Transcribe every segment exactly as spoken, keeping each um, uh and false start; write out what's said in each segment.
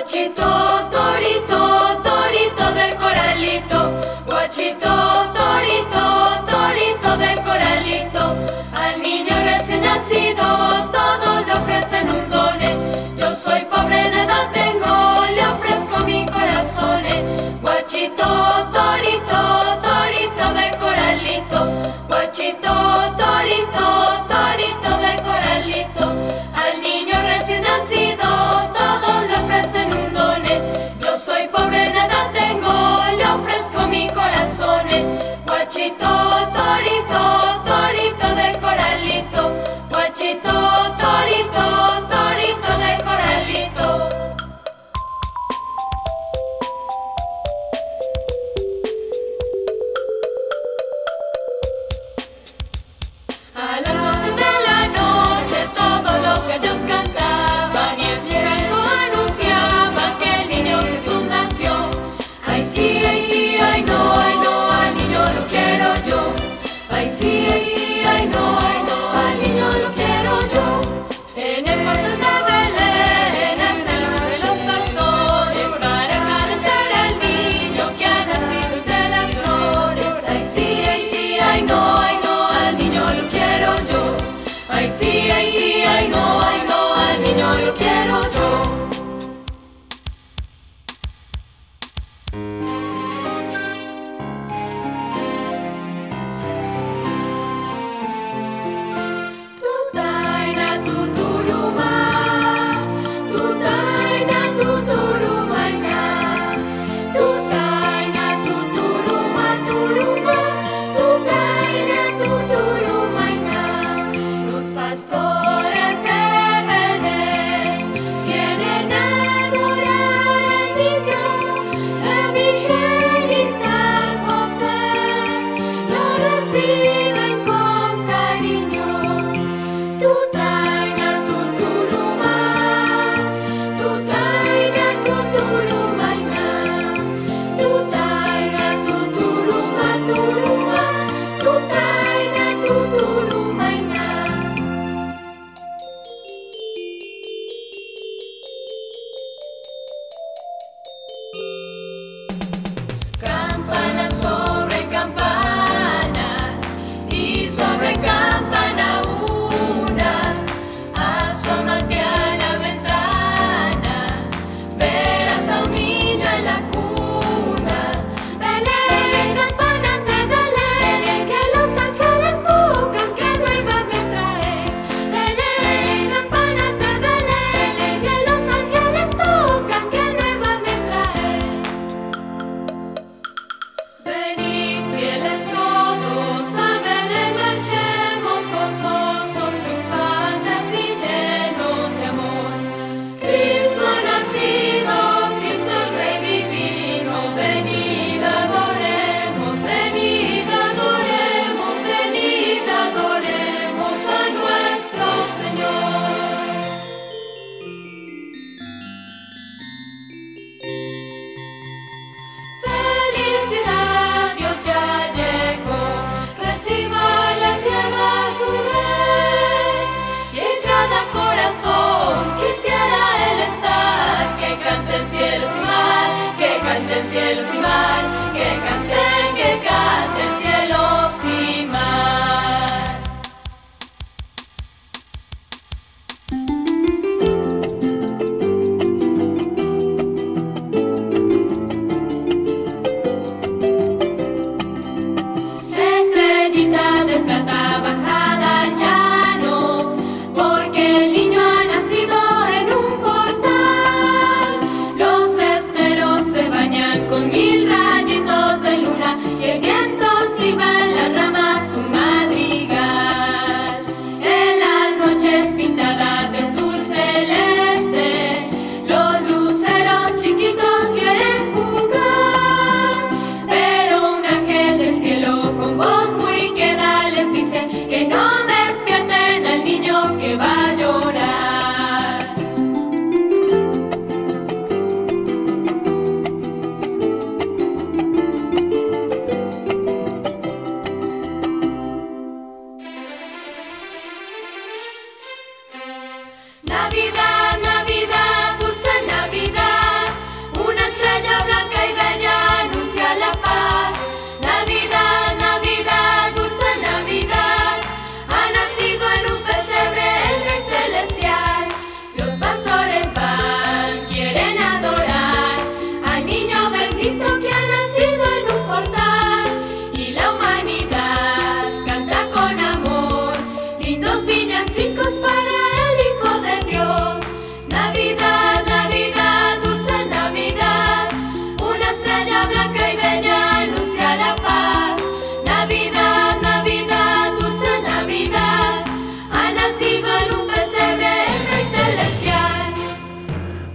Guachito, torito, torito de coralito, guachito, torito, torito de coralito, al niño recién nacido todos le ofrecen un done. Yo soy pobre, nada tengo, le ofrezco mi corazón. Guachito, torito, torito de coralito, guachito, torito, torito de coralito, al niño recién nacido todos le ofrecen un done. Yo soy pobre, nada tengo, le ofrezco mi corazón. Guachito, torito, torito de coralito, guachito, torito, torito de coralito. A las doce de la noche todos los gallos cantaban y en su canto anunciaban que el niño Jesús nació. Ay sí, ay sí, ay no, ay no, al niño lo quiero yo. Ay sí, ay sí, ay no, ay no, al niño lo quiero yo. En el puerto de Belén nace el luz de los pastores para calentar al niño que ha nacido de las flores. Ay sí, ay sí, ay no, ay no, al niño lo quiero yo. Ay sí, ay sí, ay no, ay no, al niño lo quiero yo. Tutaina, tuturuma, tutaina, tuturumaina, tutaina, tuturuma, turuma, tutaina, tuturumaina. Los pastores de Belén vienen a adorar al niño, la Virgen y San José lo reciben con cariño. Tutaina, tuturuma, tutaina, tuturumaina, tutaina, tuturuma, turuma, tutaina, tuturumaina. Campana sobre campana y sobre campana una, asómate a la ventana, verás a un niño en la cuna. Belén, campanas de Belén, que los ángeles tocan, que nueva me traes. Belén, campanas de Belén, que los ángeles tocan, que nueva me traes. Venid fieles todos, a Belén marchemos, gozosos, triunfantes y llenos de amor. Cristo ha nacido, Cristo el Rey divino, venid adoremos, venid adoremos, venid adoremos a nuestro Señor. Felicidad, Dios ya llegó, reciba la tierra su rey, y en cada corazón quisiera él estar. Que canten cielos y mar, que canten cielos y mar, que canten, que canten cielos y mar. Estrellita de plata bajada al llano, porque el niño ha nacido en un portal. Los esteros se bañan con mil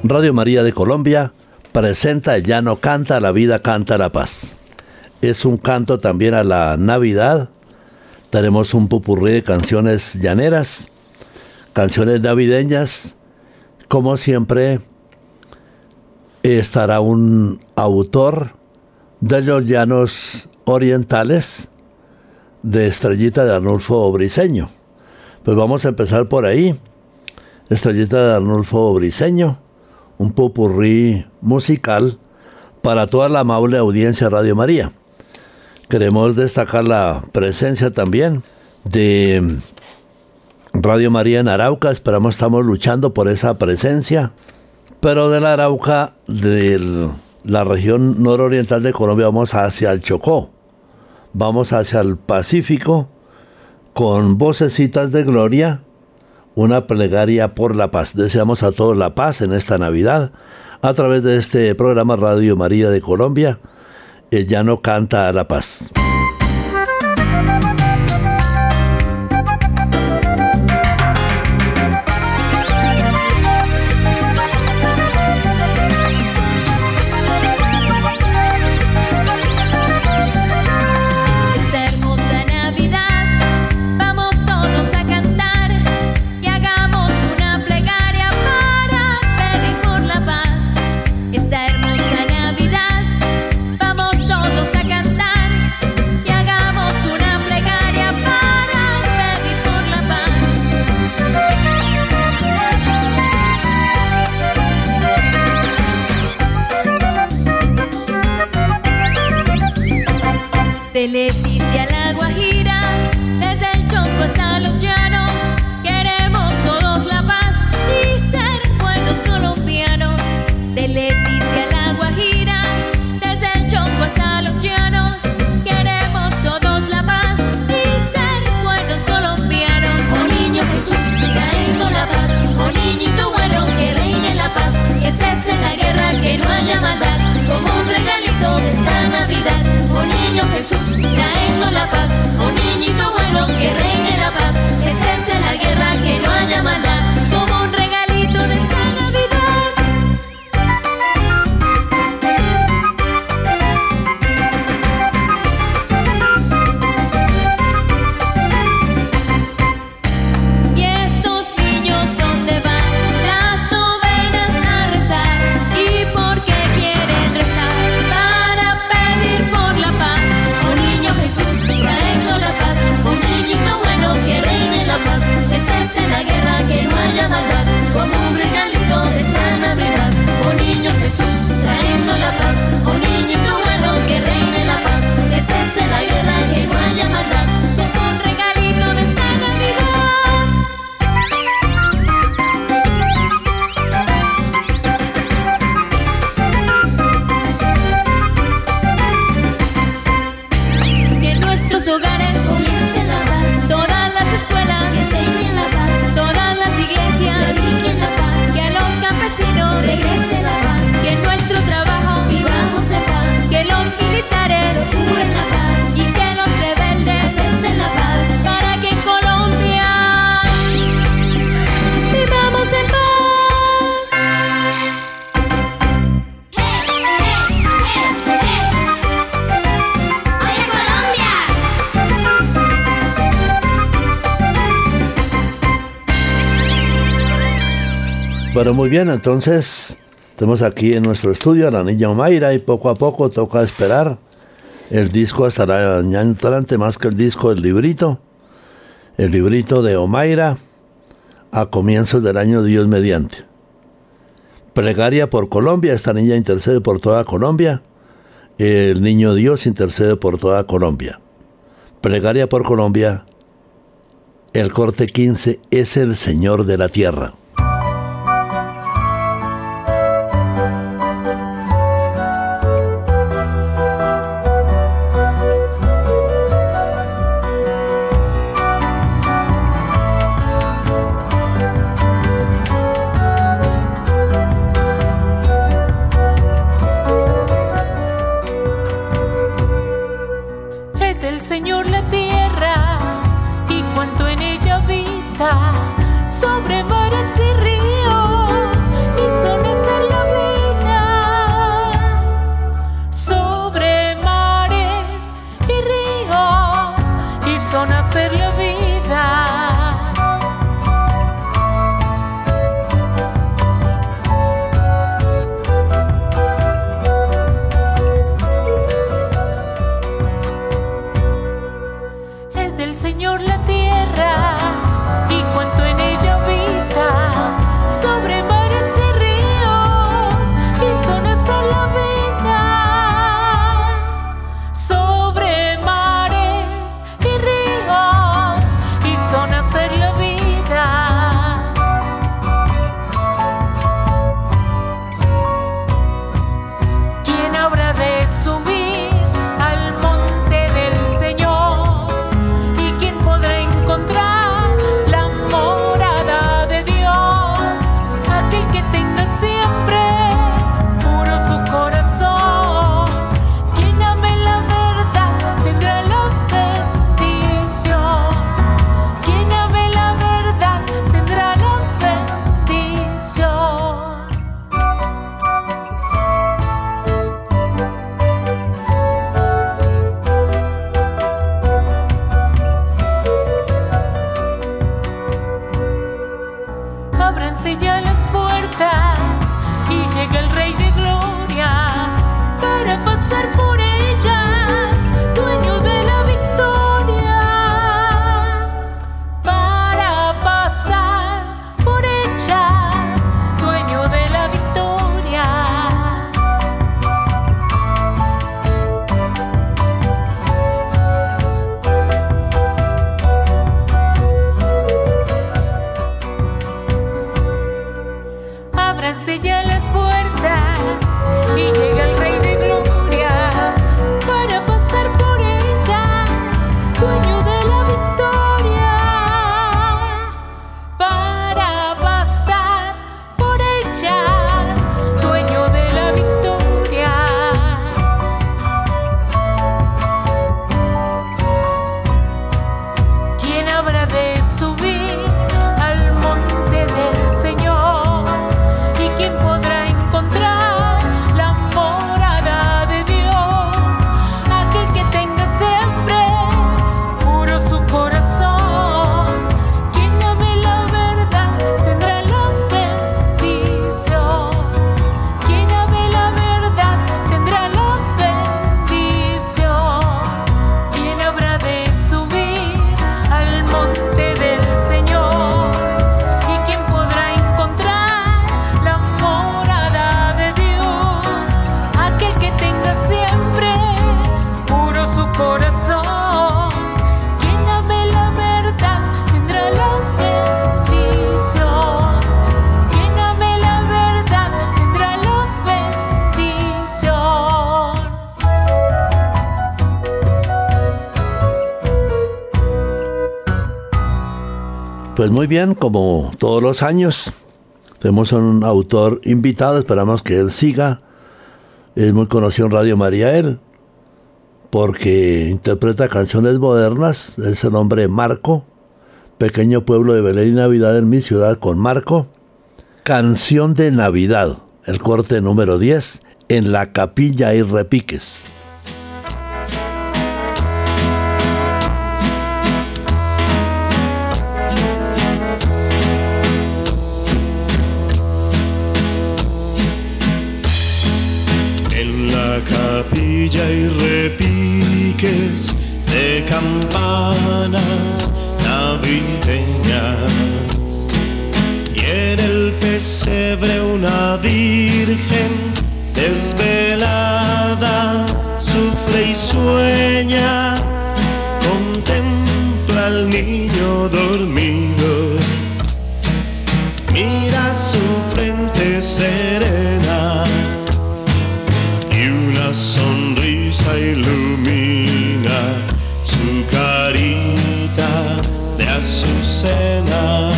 Radio María de Colombia presenta Ya no canta, la vida canta la paz. Es un canto también a la Navidad. Tenemos un popurrí de canciones llaneras, canciones navideñas. Como siempre, estará un autor de los llanos orientales, de Estrellita de Arnulfo Briceño. Pues vamos a empezar por ahí. Estrellita de Arnulfo Briceño, un popurrí musical para toda la amable audiencia de Radio María. Queremos destacar la presencia también de Radio María en Arauca. Esperamos, estamos luchando por esa presencia. Pero de la Arauca, de la región nororiental de Colombia, vamos hacia el Chocó. Vamos hacia el Pacífico con vocecitas de gloria, una plegaria por la paz. Deseamos a todos la paz en esta Navidad a través de este programa Radio María de Colombia. El Ya no canta la paz. De Leticia a La Guajira, desde el Chocó hasta los llanos, queremos todos la paz y ser buenos colombianos. De Leticia a La Guajira, desde el Chocó hasta los llanos, queremos todos la paz y ser buenos colombianos. Oh niño Jesús, trayendo la paz, oh niñito bueno, que reine la paz, que cese la guerra, que no haya maldad, como un regalito de esta Navidad. Oh niño Jesús, trayendo la paz, oh niñito bueno, que reine la paz, que cese la guerra, que no haya maldad, como un regalito de esta Navidad. Y estos niños, ¿dónde van? Las novenas a rezar. ¿Y por qué quieren rezar? Para pedir por la paz. oh niño Jesús, trayendo la paz, oh niñito bueno, que reine la paz, que cese la guerra, que no haya maldad, como un regalito de esta Navidad. Oh niño Jesús, trayendo la paz, oh niñito bueno, que reine la paz, que cese la guerra, que no haya maldad. Como un regalito de esta Navidad. Que en nuestros hogares Comience la paz, todas las escuelas, enseñe la paz, todas las iglesias, prediquen la paz, que a los campesinos, regrese la paz, que en nuestro trabajo, vivamos en paz, que los militares procuren la paz, y que los rebeldes, acepten la paz. para que en Colombia vivamos en paz. ¡Oye Colombia! Pero muy bien, entonces tenemos aquí en nuestro estudio a la niña Omaira y poco a poco toca esperar. El disco estará ya entrante, más que el disco, el librito. El librito de Omaira a comienzos del año Dios mediante. Plegaria por Colombia, esta niña intercede por toda Colombia. El niño Dios intercede por toda Colombia. Plegaria por Colombia, el corte quince, es el Señor de la tierra. Es del Señor la tierra y cuanto en ella habita, sobre mares Pues muy bien, como todos los años, tenemos un autor invitado, esperamos que él siga. Es muy conocido en Radio María él, porque interpreta canciones modernas. Es el hombre Marco, Pequeño pueblo de Belén y Navidad en mi ciudad con Marco. Canción de Navidad, el corte número diez, en la capilla hay repiques. Capilla y repiques de campanas navideñas, y en el pesebre una virgen desvelada sufre y sueña, contempla al niño dormido, mira su frente serena, una sonrisa ilumina su carita de azucena.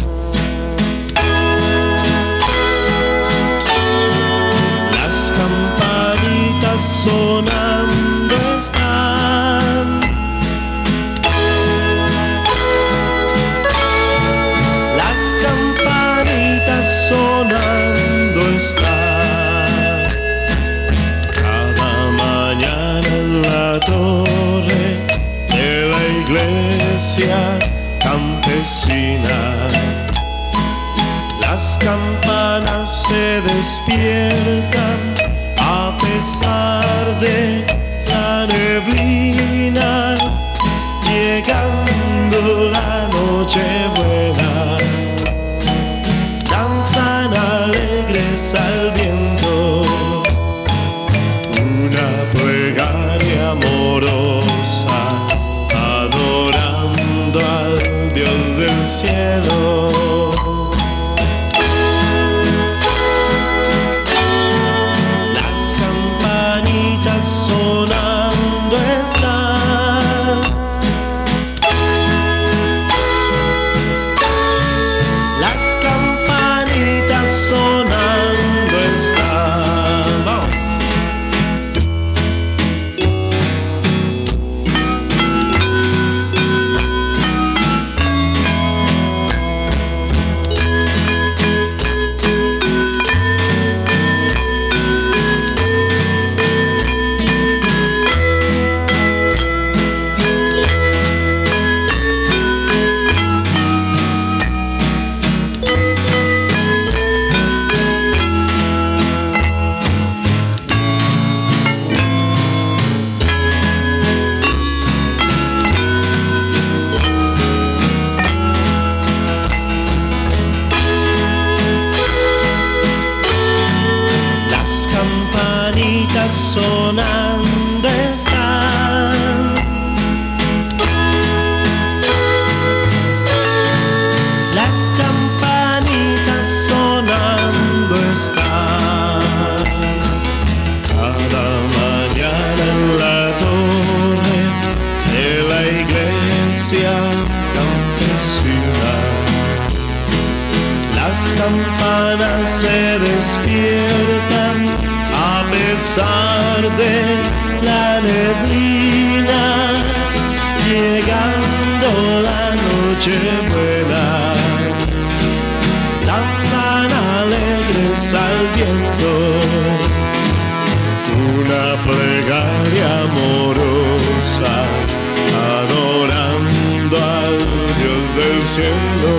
Las campanitas sonando están, las campanitas sonando están. La torre de la iglesia campesina, las campanas se despiertan a pesar de la neblina, llegando la noche buena, danzan alegres al viento. Una plegaria amorosa, adorando al Dios del cielo. Las campanitas sonando están, las campanitas sonando están. Vamos. Sonando están, las campanitas sonando están. Cada mañana en la torre de la iglesia campesina, las campanas se despiertan a pesar de la neblina, llegando la noche buena, danzan alegres al viento, una plegaria amorosa, adorando al Dios del cielo.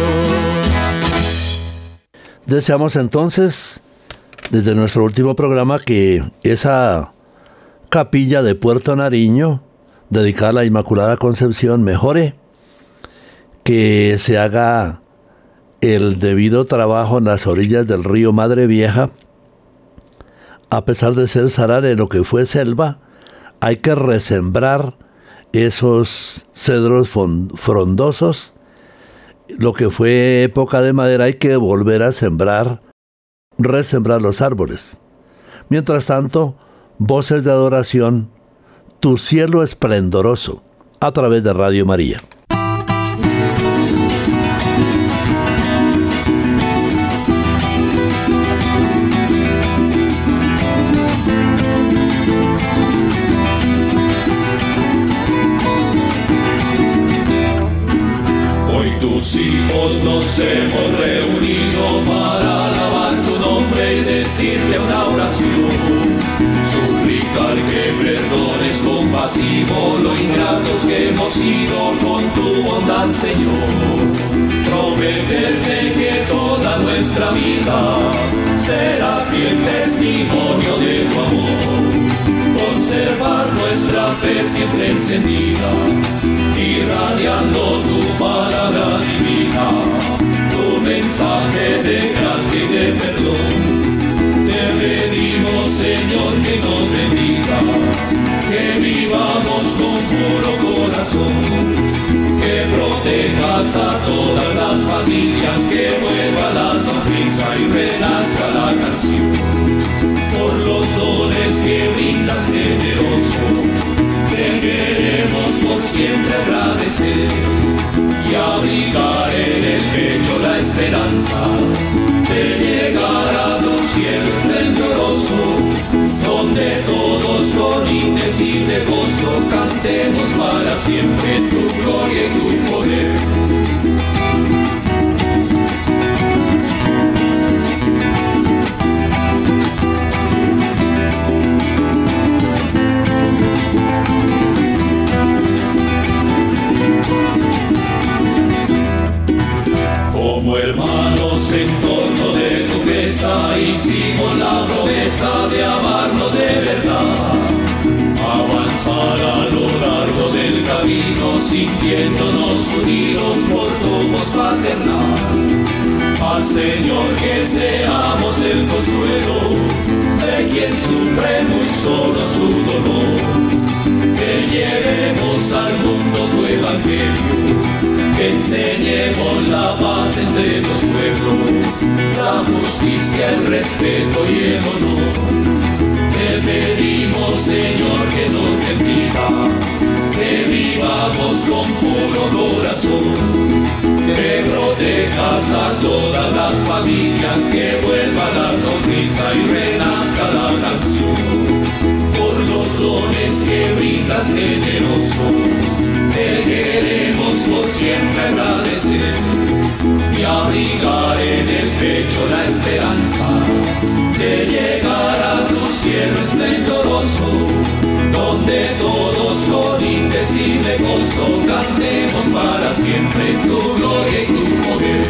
Deseamos entonces, desde nuestro último programa, que esa capilla de Puerto Nariño, dedicada a la Inmaculada Concepción, mejore, que se haga el debido trabajo en las orillas del río Madre Vieja. A pesar de ser salar en lo que fue selva, hay que resembrar esos cedros frondosos. Lo que fue época de madera hay que volver a sembrar, resembrar los árboles. Mientras tanto, voces de adoración, Tu cielo esplendoroso, a través de Radio María. nos hemos reunido para alabar tu nombre y decirle una oración. Suplicar que perdones compasivo lo ingratos que hemos sido con tu bondad, Señor. Prometerte que toda nuestra vida será fiel testimonio de tu amor. Conservar nuestra fe siempre encendida, irradiando tu palabra divina, tu mensaje de gracia y de perdón. Te pedimos, Señor, que nos bendiga, que vivamos con puro corazón, que protejas a todas las familias, que vuelva la sonrisa y renazca la canción. Por los dones que brindas generoso, te queremos por siempre agradecer y abrigar en el pecho la esperanza de llegar a tu cielo esplendoroso, donde todos con indecible gozo cantemos para siempre tu gloria y tu poder. Como hermanos en torno de tu mesa hicimos la promesa de amarnos de verdad, avanzar a lo largo del camino sintiéndonos unidos por tu voz paternal. Haz, Señor, que seamos el consuelo de quien sufre muy solo su dolor, que llevemos al mundo tu evangelio, que enseñemos la paz entre los pueblos, la justicia, el respeto y el honor. Te pedimos, Señor, que nos bendiga, que vivamos con puro corazón, que protejas a todas las familias, que vuelva la sonrisa y renazca la canción. Por los dones que brindas generoso, te queremos por siempre agradecer y abrigar en el pecho la esperanza de llegar a tu cielo esplendoroso, donde todos con indecible gozo cantemos para siempre tu gloria y tu poder.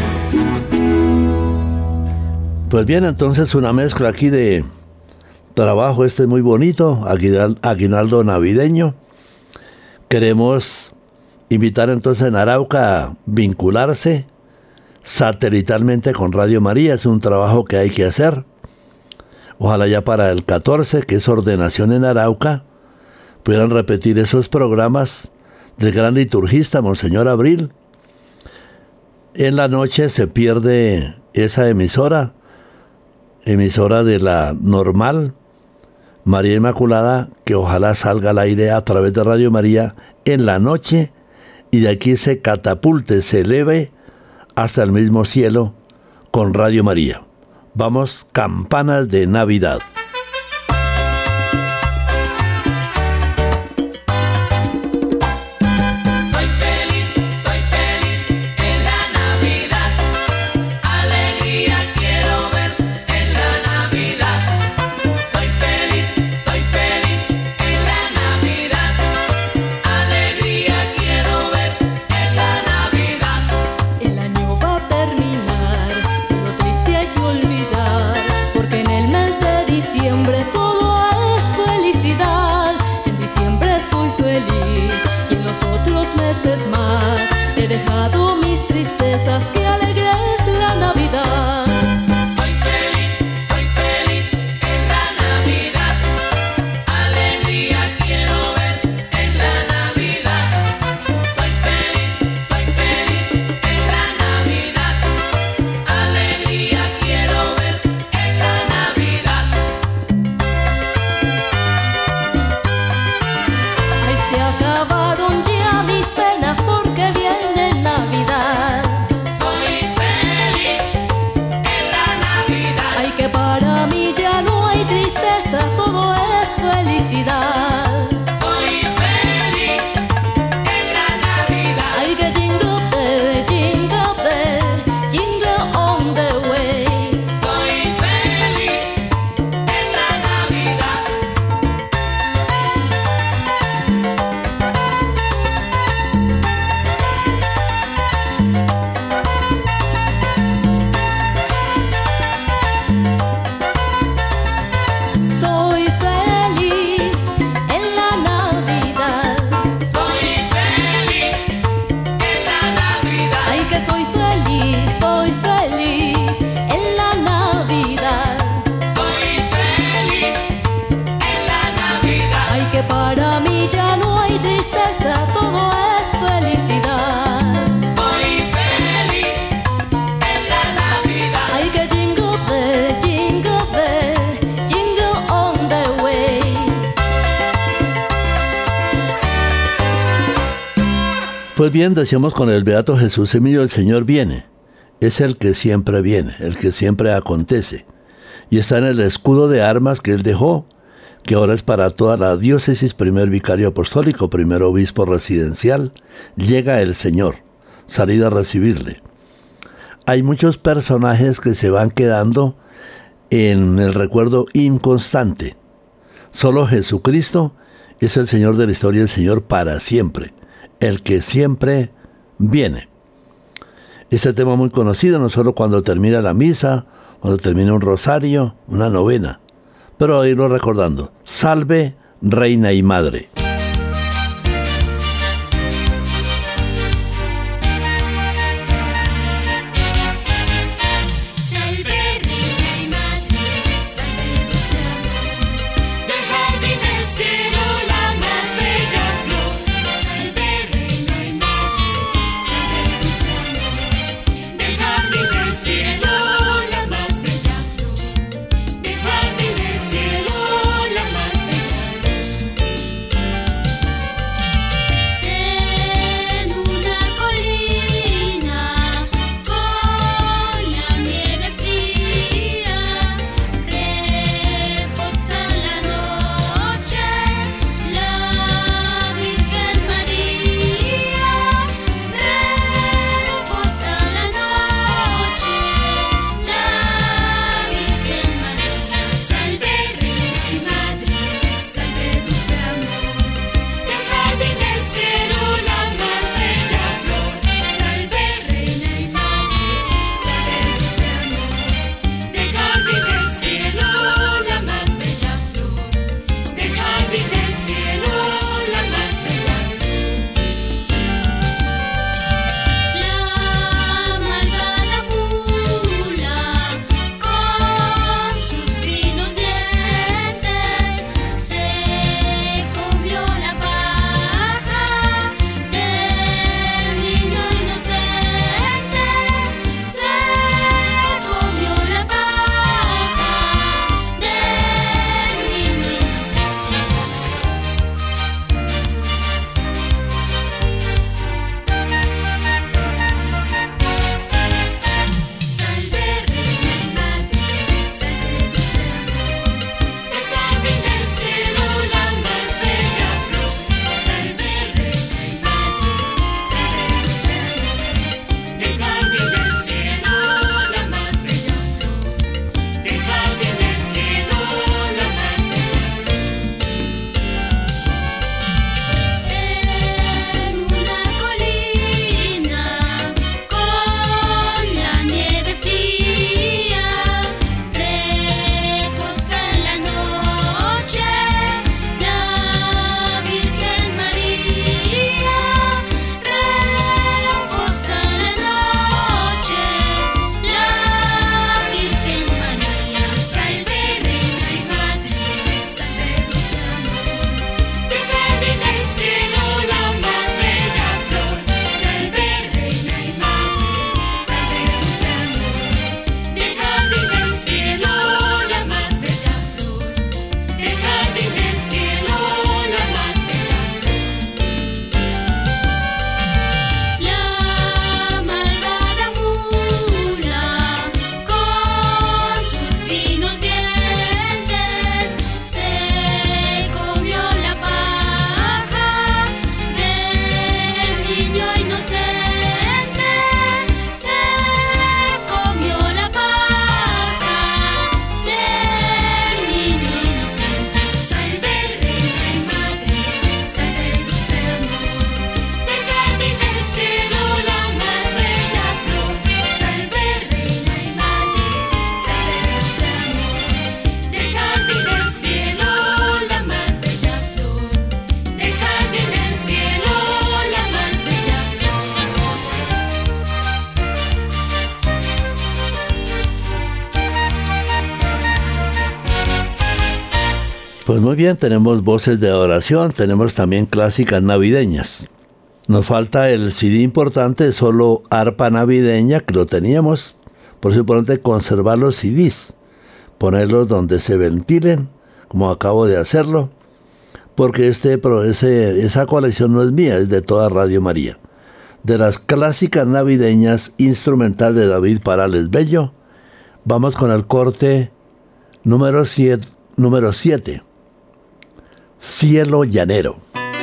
Pues bien, entonces una mezcla aquí de trabajo este muy bonito, aguinaldo navideño. Queremos invitar entonces en Arauca a vincularse satelitalmente con Radio María. Es un trabajo que hay que hacer. Ojalá ya para el catorce, que es ordenación en Arauca, pudieran repetir esos programas del gran liturgista Monseñor Abril. En la noche se pierde esa emisora, emisora de la normal, María Inmaculada, que ojalá salga al aire a través de Radio María en la noche y de aquí se catapulte, se eleve hasta el mismo cielo con Radio María. Vamos, campanas de Navidad. Meses más he dejado mis tristezas, que alegre es la Navidad. Soy feliz, soy feliz en la Navidad. Alegría quiero ver en la Navidad. Soy feliz, soy feliz en la Navidad. Alegría quiero ver en la Navidad. Ay, se acabaron ya mis penas porque viene Navidad. Pues bien, decíamos con el Beato Jesús Emilio, el Señor viene. Es el que siempre viene, el que siempre acontece. Y está en el escudo de armas que Él dejó, que ahora es para toda la diócesis, primer vicario apostólico, primer obispo residencial. Llega el Señor, salid a recibirle. Hay muchos personajes que se van quedando en el recuerdo inconstante. Solo Jesucristo es el Señor de la historia, el Señor para siempre, el que siempre viene. Este tema muy conocido, no solo cuando termina la misa, cuando termina un rosario, una novena, pero a irlo recordando. Salve, Reina y Madre. Pues muy bien, tenemos voces de adoración, tenemos también clásicas navideñas. Nos falta el C D importante, solo arpa navideña, que lo teníamos. Por eso es importante conservar los C Ds, ponerlos donde se ventilen, como acabo de hacerlo, porque este, ese, esa colección no es mía, es de toda Radio María. de las clásicas navideñas instrumental de David Parales Bello. Vamos con el corte número siete, número siete, Cielo Llanero.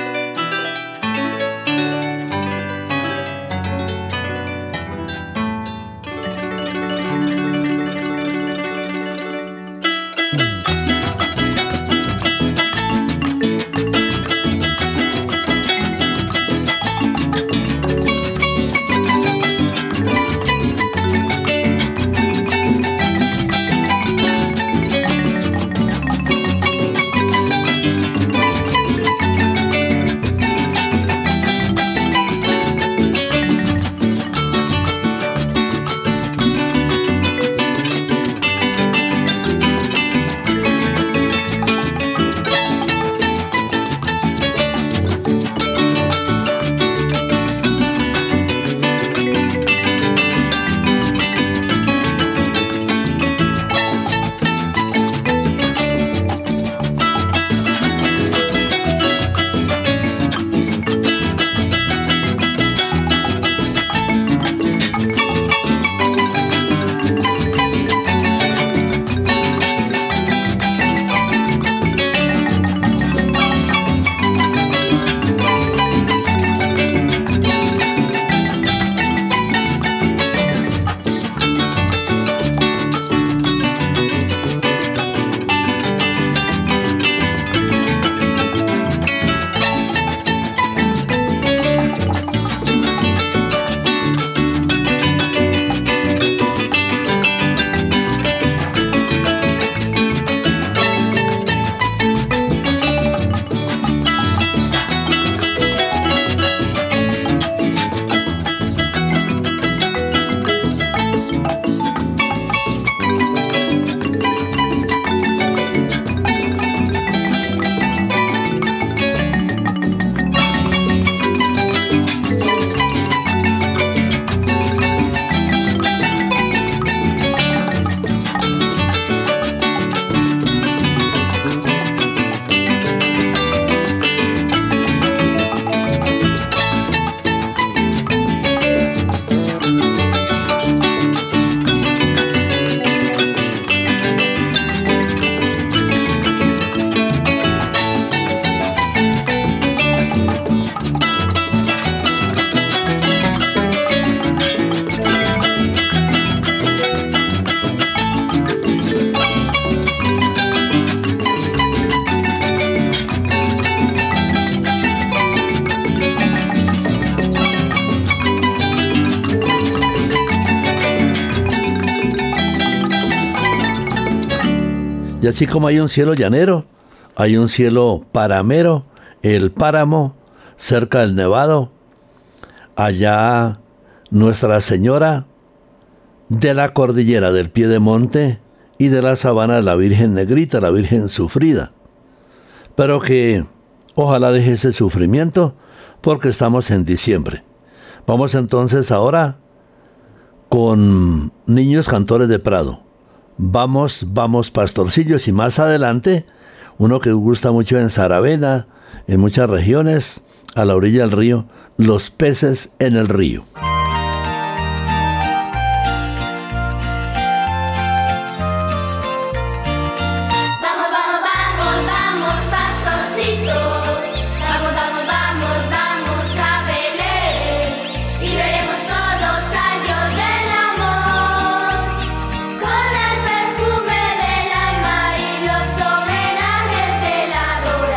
Y así como hay un cielo llanero, hay un cielo paramero, el páramo, cerca del Nevado. Allá Nuestra Señora de la Cordillera del Piedemonte y de la Sabana, la Virgen Negrita, la Virgen Sufrida. Pero que ojalá deje ese sufrimiento, porque estamos en diciembre. Vamos entonces ahora con Niños Cantores de Prado. Vamos, vamos pastorcillos, y más adelante uno que gusta mucho en Saravena, en muchas regiones, a la orilla del río, Los Peces en el Río.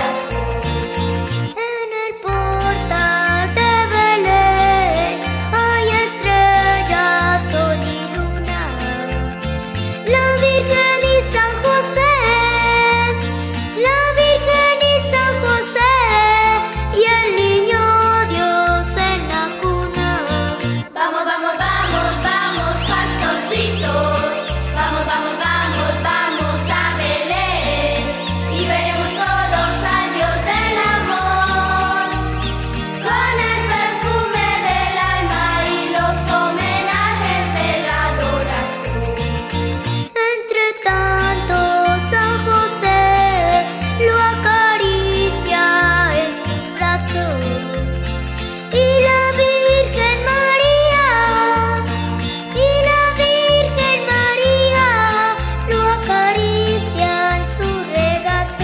En el portal de Belén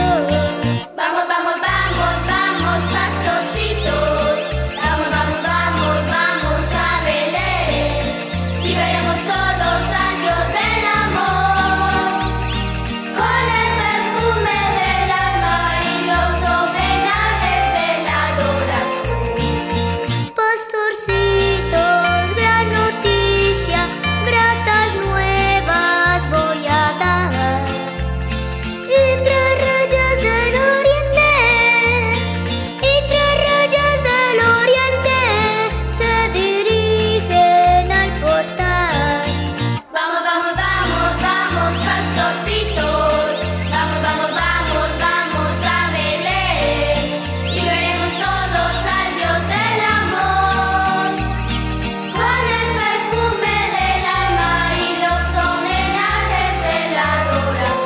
Vamos, vamos, vamos, vamos, pastorcitos. Vamos, vamos, vamos, vamos a Belén. Y veremos todos al Dios del amor. Con el perfume del alma y los homenajes de la adoración. Pastorcitos, gran noticia, gratas nuevas voy a dar. Entre rayas del oriente, entre rayas del oriente, se dirigen al portal. Vamos, vamos, vamos, vamos, pastorcitos. Vamos, vamos, vamos, vamos a Belén. Y veremos todos al Dios del amor. Con el perfume del alma y los homenajes de la adoración.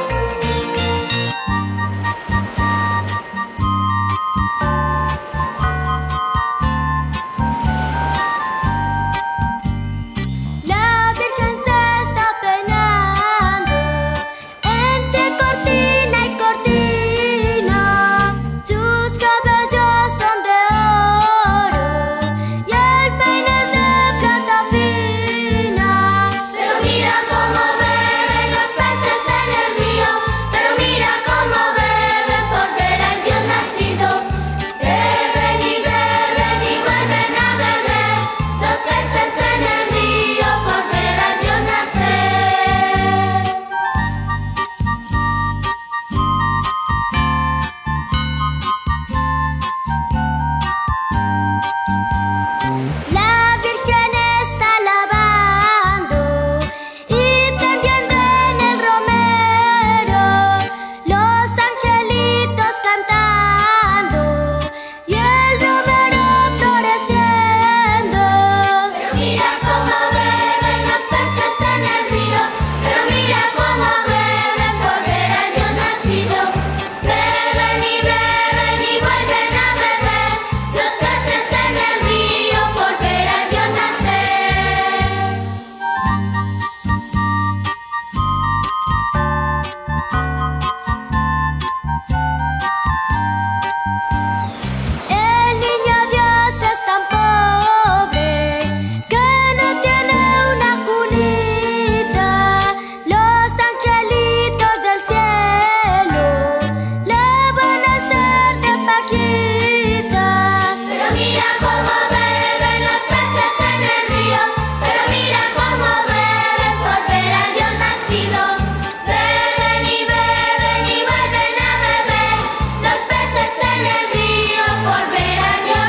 La Virgen se está peinando entre cortina y cortina. Sus cabellos son de oro y el peine es de plata fina. Pero mira cómo beben los peces en el río. Pero mira cómo beben por ver al Dios nacido. Beben y beben y vuelven a beber los peces en el río por ver al Dios nacer. La Virgen está lavando y tendiendo en el romero, los angelitos cantando y el romero floreciendo. Pero mira cómo beben los peces en el río. Pero mira cómo beben por ver al Dios nacido. Beben y beben y vuelven a beber los peces en el río por ver al Dios nacer. El niño Dios es tan pobre que no tiene una cunita. Los angelitos del cielo le van a hacer de pajitas. Pero mira cómo beben los peces en el río. Pero mira cómo beben por ver al Dios nacido. Beben y beben y vuelven a beber los peces en el río por ver al Dios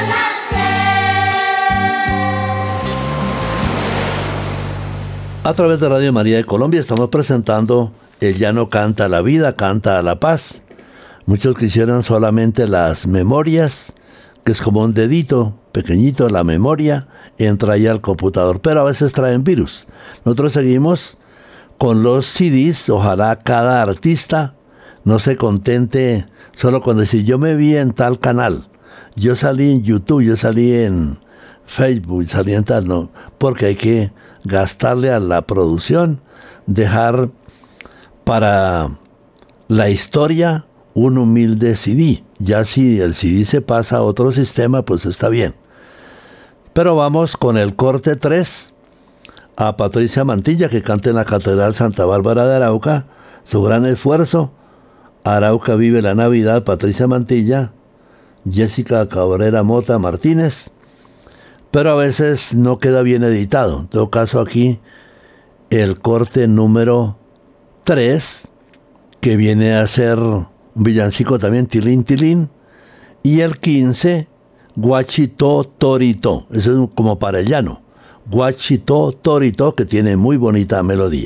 nacer. A través de Radio María de Colombia estamos presentando El Llano canta la vida, canta la paz. Muchos quisieran solamente las memorias, que es como un dedito pequeñito, la memoria, entra ahí al computador, pero a veces traen virus. Nosotros seguimos con los C Ds, ojalá cada artista no se contente solo con decir yo me vi en tal canal, yo salí en YouTube, yo salí en Facebook, salí en tal, no, porque hay que gastarle a la producción, dejar para la historia un humilde C D. Ya si el C D se pasa a otro sistema, pues está bien. Pero vamos con el corte tres, a Patricia Mantilla, que canta en la Catedral Santa Bárbara de Arauca, su gran esfuerzo. Arauca vive la Navidad, Patricia Mantilla, Jessica Cabrera Mota Martínez, pero a veces no queda bien editado. En todo caso aquí, el corte número tres, que viene a ser un villancico también, Tilín Tilín, y el quince, Guachito Torito, eso es como para el llano, Guachito Torito, que tiene muy bonita melodía.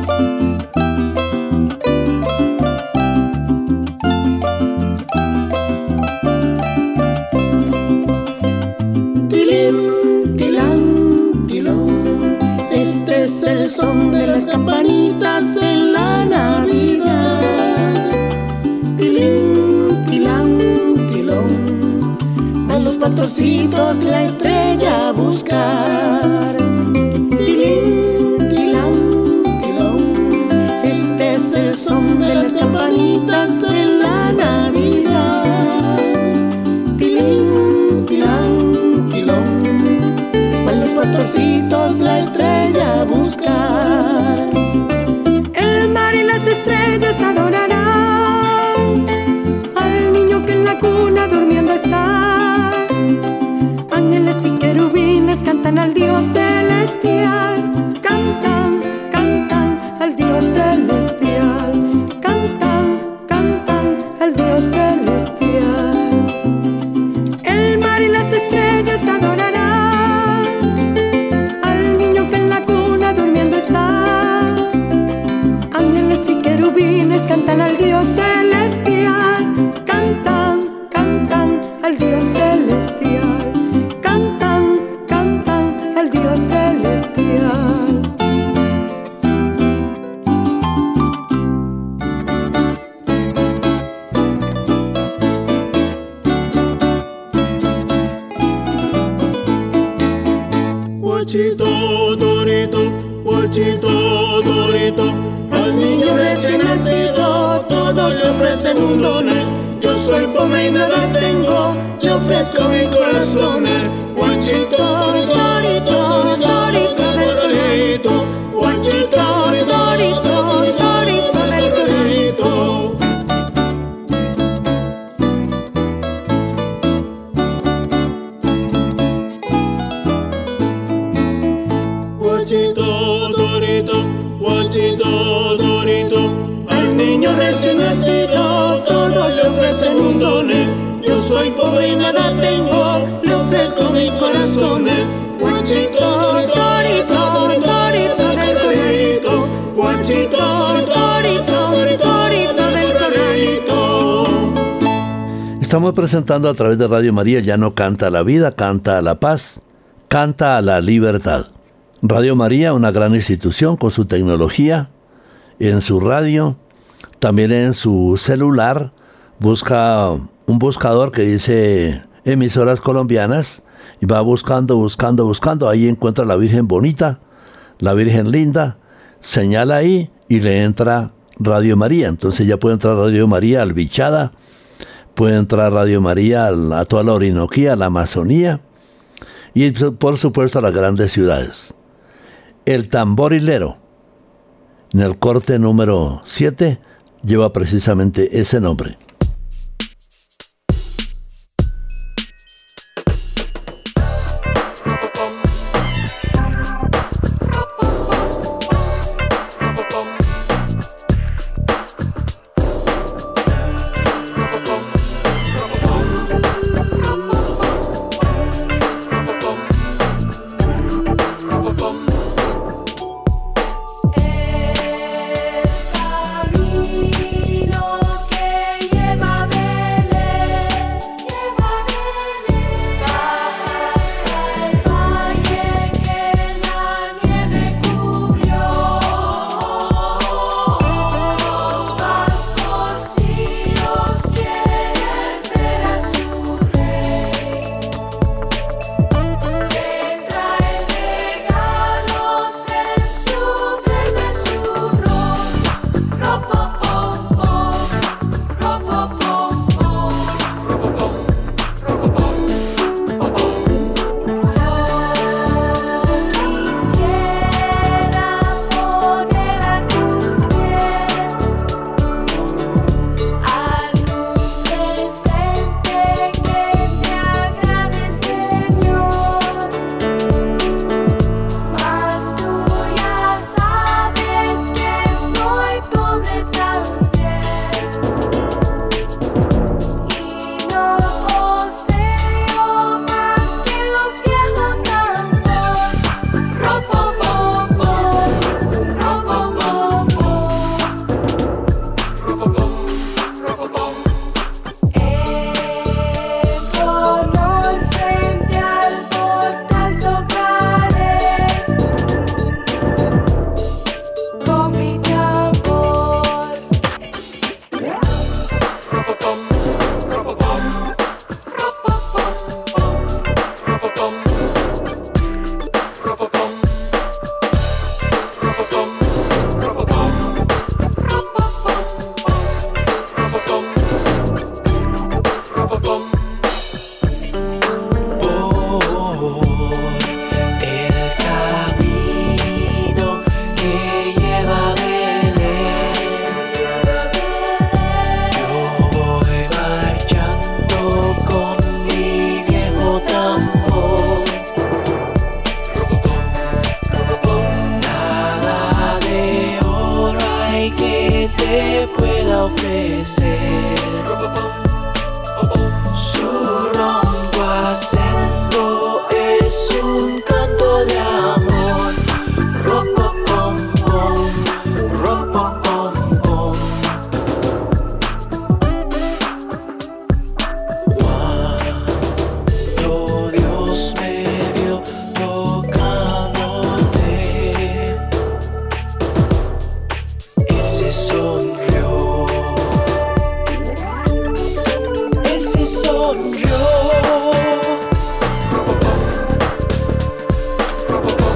El son de las campanitas en la Navidad. Tilín, tilán, tilón, van los patrocitos la estrella a buscar. Tilín, tilán, tilón, este es el son de las campanitas en la Navidad. Guachito, torito, guachito, torito, al niño recién nacido todos le ofrecen un doné. Yo soy pobre y nada tengo, le ofrezco mi corazón. Guachito, torito, torito, torito, guachito, torito, torito, torito. Guachito, torito, guachito, torito, al niño recién nacido todos le ofrecen un doné. Yo soy pobre y nada tengo, le ofrezco mi corazón. Guachito, torito, torito, torito, guachito, torito, torito, torito. Estamos presentando a través de Radio María Ya no canta a la vida, canta a la paz, canta a la libertad. Radio María, una gran institución con su tecnología, en su radio, también en su celular, busca un buscador que dice emisoras colombianas y va buscando, buscando, buscando, ahí encuentra la Virgen bonita, la Virgen linda, señala ahí y le entra Radio María. Entonces ya puede entrar Radio María al Bichada, puede entrar Radio María a toda la Orinoquía, a la Amazonía y por supuesto a las grandes ciudades. El tamborilero, en el corte número siete, lleva precisamente ese nombre. sonrió.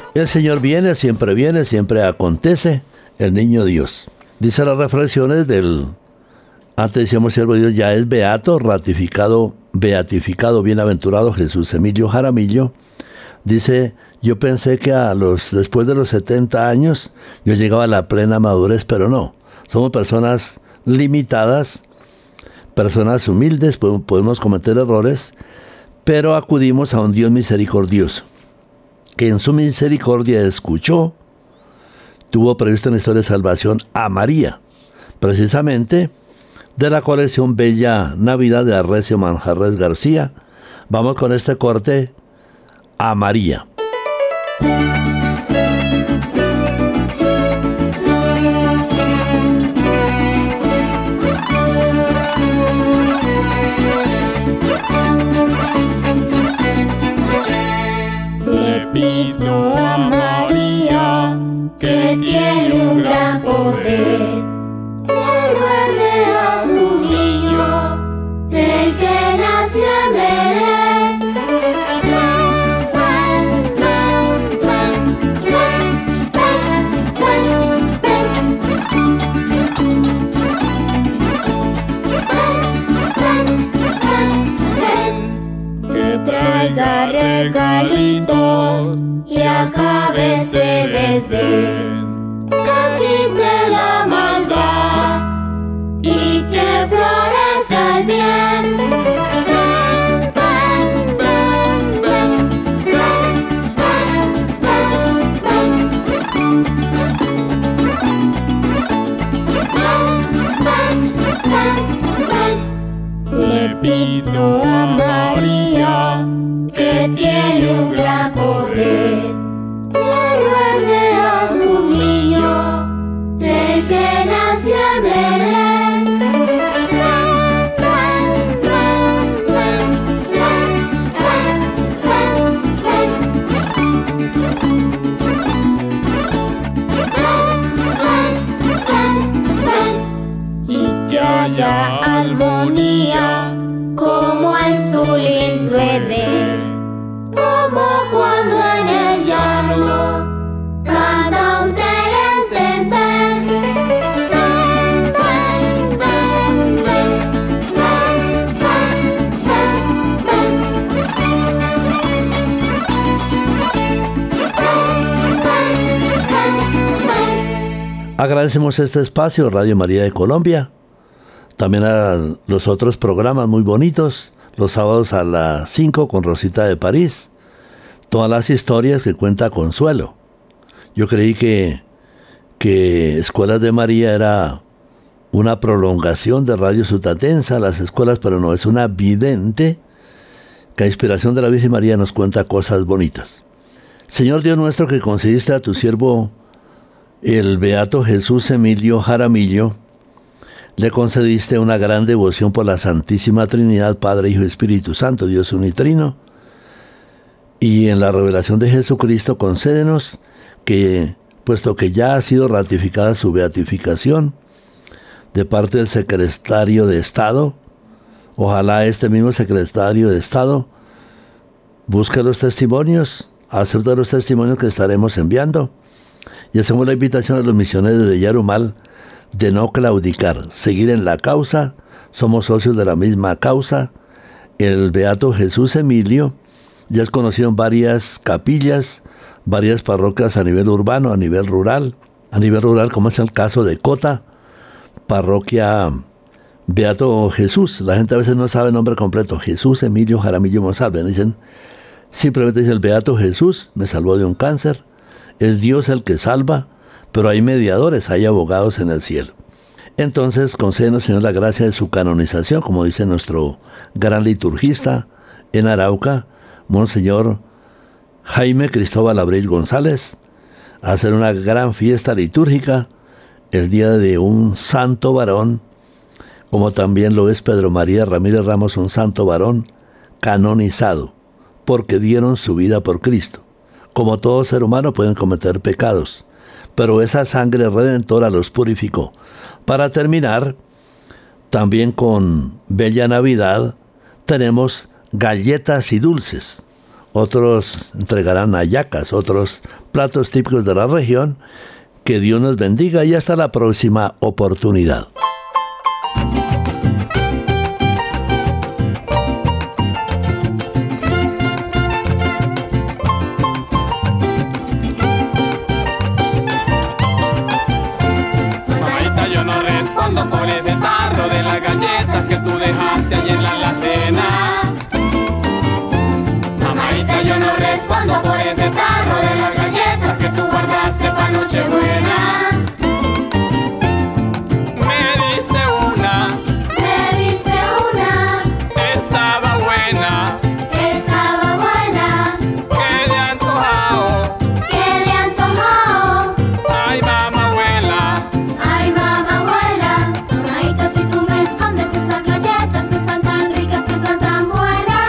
El Señor viene, siempre viene, siempre acontece, el niño Dios. Dice las reflexiones del, antes decíamos siervo de Dios, ya es beato, ratificado, beatificado, bienaventurado Jesús Emilio Jaramillo. Dice, yo pensé que a los, después de los setenta años yo llegaba a la plena madurez, pero no. Somos personas limitadas, personas humildes, podemos cometer errores, pero acudimos a un Dios misericordioso, que en su misericordia escuchó, tuvo previsto en la historia de salvación a María, precisamente de la colección Bella Navidad de Arrecio Manjarres García. Vamos con este corte, a María. Le pido a María, que tiene un gran poder, le ruegue a su niño, el que nació en Belén. Que traiga regalitos y acábese desdén, que quite la maldad y que florezca el bien. Le pido a María, que tiene un gran poder, le ruegue a su niño, el que nació en Belén. Y que haya armonía, como en su lindo Edén, como cuando en el llano canta un terententen. Agradecemos este espacio, Radio María de Colombia. También a los otros programas muy bonitos, los sábados a las cinco con Rosita de París. Todas las historias que cuenta Consuelo. Yo creí que, que Escuelas de María era una prolongación de Radio Sutatensa, las escuelas, pero no, es una vidente que a inspiración de la Virgen María nos cuenta cosas bonitas. Señor Dios nuestro, que concediste a tu siervo el beato Jesús Emilio Jaramillo, le concediste una gran devoción por la Santísima Trinidad, Padre, Hijo y Espíritu Santo, Dios unitrino. Y en la revelación de Jesucristo, concédenos que, puesto que ya ha sido ratificada su beatificación de parte del secretario de Estado, ojalá este mismo secretario de Estado busque los testimonios, acepte los testimonios que estaremos enviando. Y hacemos la invitación a los misioneros de Yarumal de no claudicar, seguir en la causa. Somos socios de la misma causa. El beato Jesús Emilio ya es conocido en varias capillas, varias parroquias a nivel urbano, a nivel rural, a nivel rural como es el caso de Cota, parroquia Beato Jesús. La gente a veces no sabe el nombre completo, Jesús Emilio Jaramillo Monsalve. Dicen, simplemente dice el beato Jesús me salvó de un cáncer. Es Dios el que salva, pero hay mediadores, hay abogados en el cielo. Entonces, concédenos, Señor, la gracia de su canonización, como dice nuestro gran liturgista en Arauca, Monseñor Jaime Cristóbal Abril González, a hacer una gran fiesta litúrgica el día de un santo varón, como también lo es Pedro María Ramírez Ramos, un santo varón canonizado, porque dieron su vida por Cristo. Como todo ser humano pueden cometer pecados, pero esa sangre redentora los purificó. Para terminar, también con Bella Navidad, tenemos galletas y dulces. Otros entregarán hallacas, otros platos típicos de la región. Que Dios nos bendiga y hasta la próxima oportunidad. Mamaita, yo no respondo por ese tarro de las galletas que tú dejaste allí en la alacena. Mamaita, yo no respondo por ese tarro de las galletas que tú guardaste pa' Nochebuena. Me diste una, Me diste una, estaba buena, estaba buena, quedé antojado. quedé antojado. Ay, mamá abuela, Ay, mamá abuela, mamaita, si tú me escondes esas galletas que están tan ricas, que están tan buenas.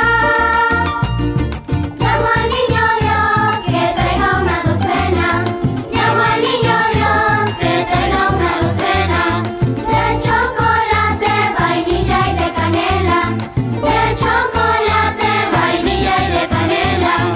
Llamo al niño Dios que traiga una docena. Llamo al niño Dios que traiga una docena de chocolate, vainilla y de canela. De chocolate, vainilla y de canela.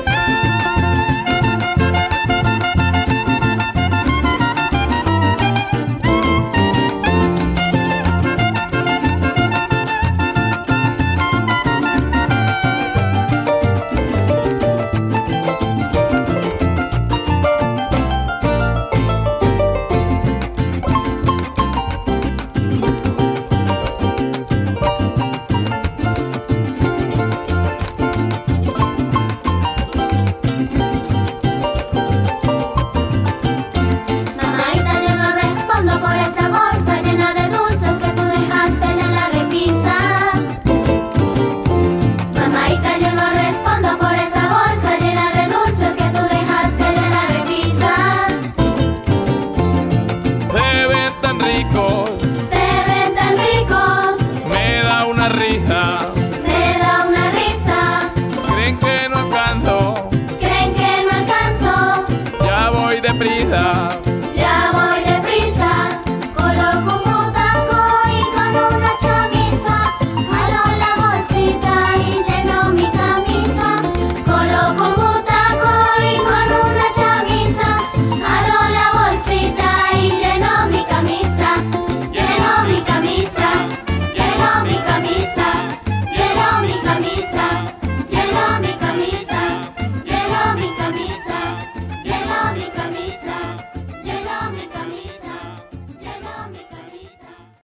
Mamaita, yo no respondo por esa bolsa llena de dulces que tú dejaste allá en la repisa. Mamaita, yo no respondo por esa bolsa llena de dulces que tú dejaste allá en la repisa. se ven tan ricos, Se ven tan ricos, me da una risa. me da una risa. Creen que no alcanzo, Creen que no alcanzo, ya voy deprisa.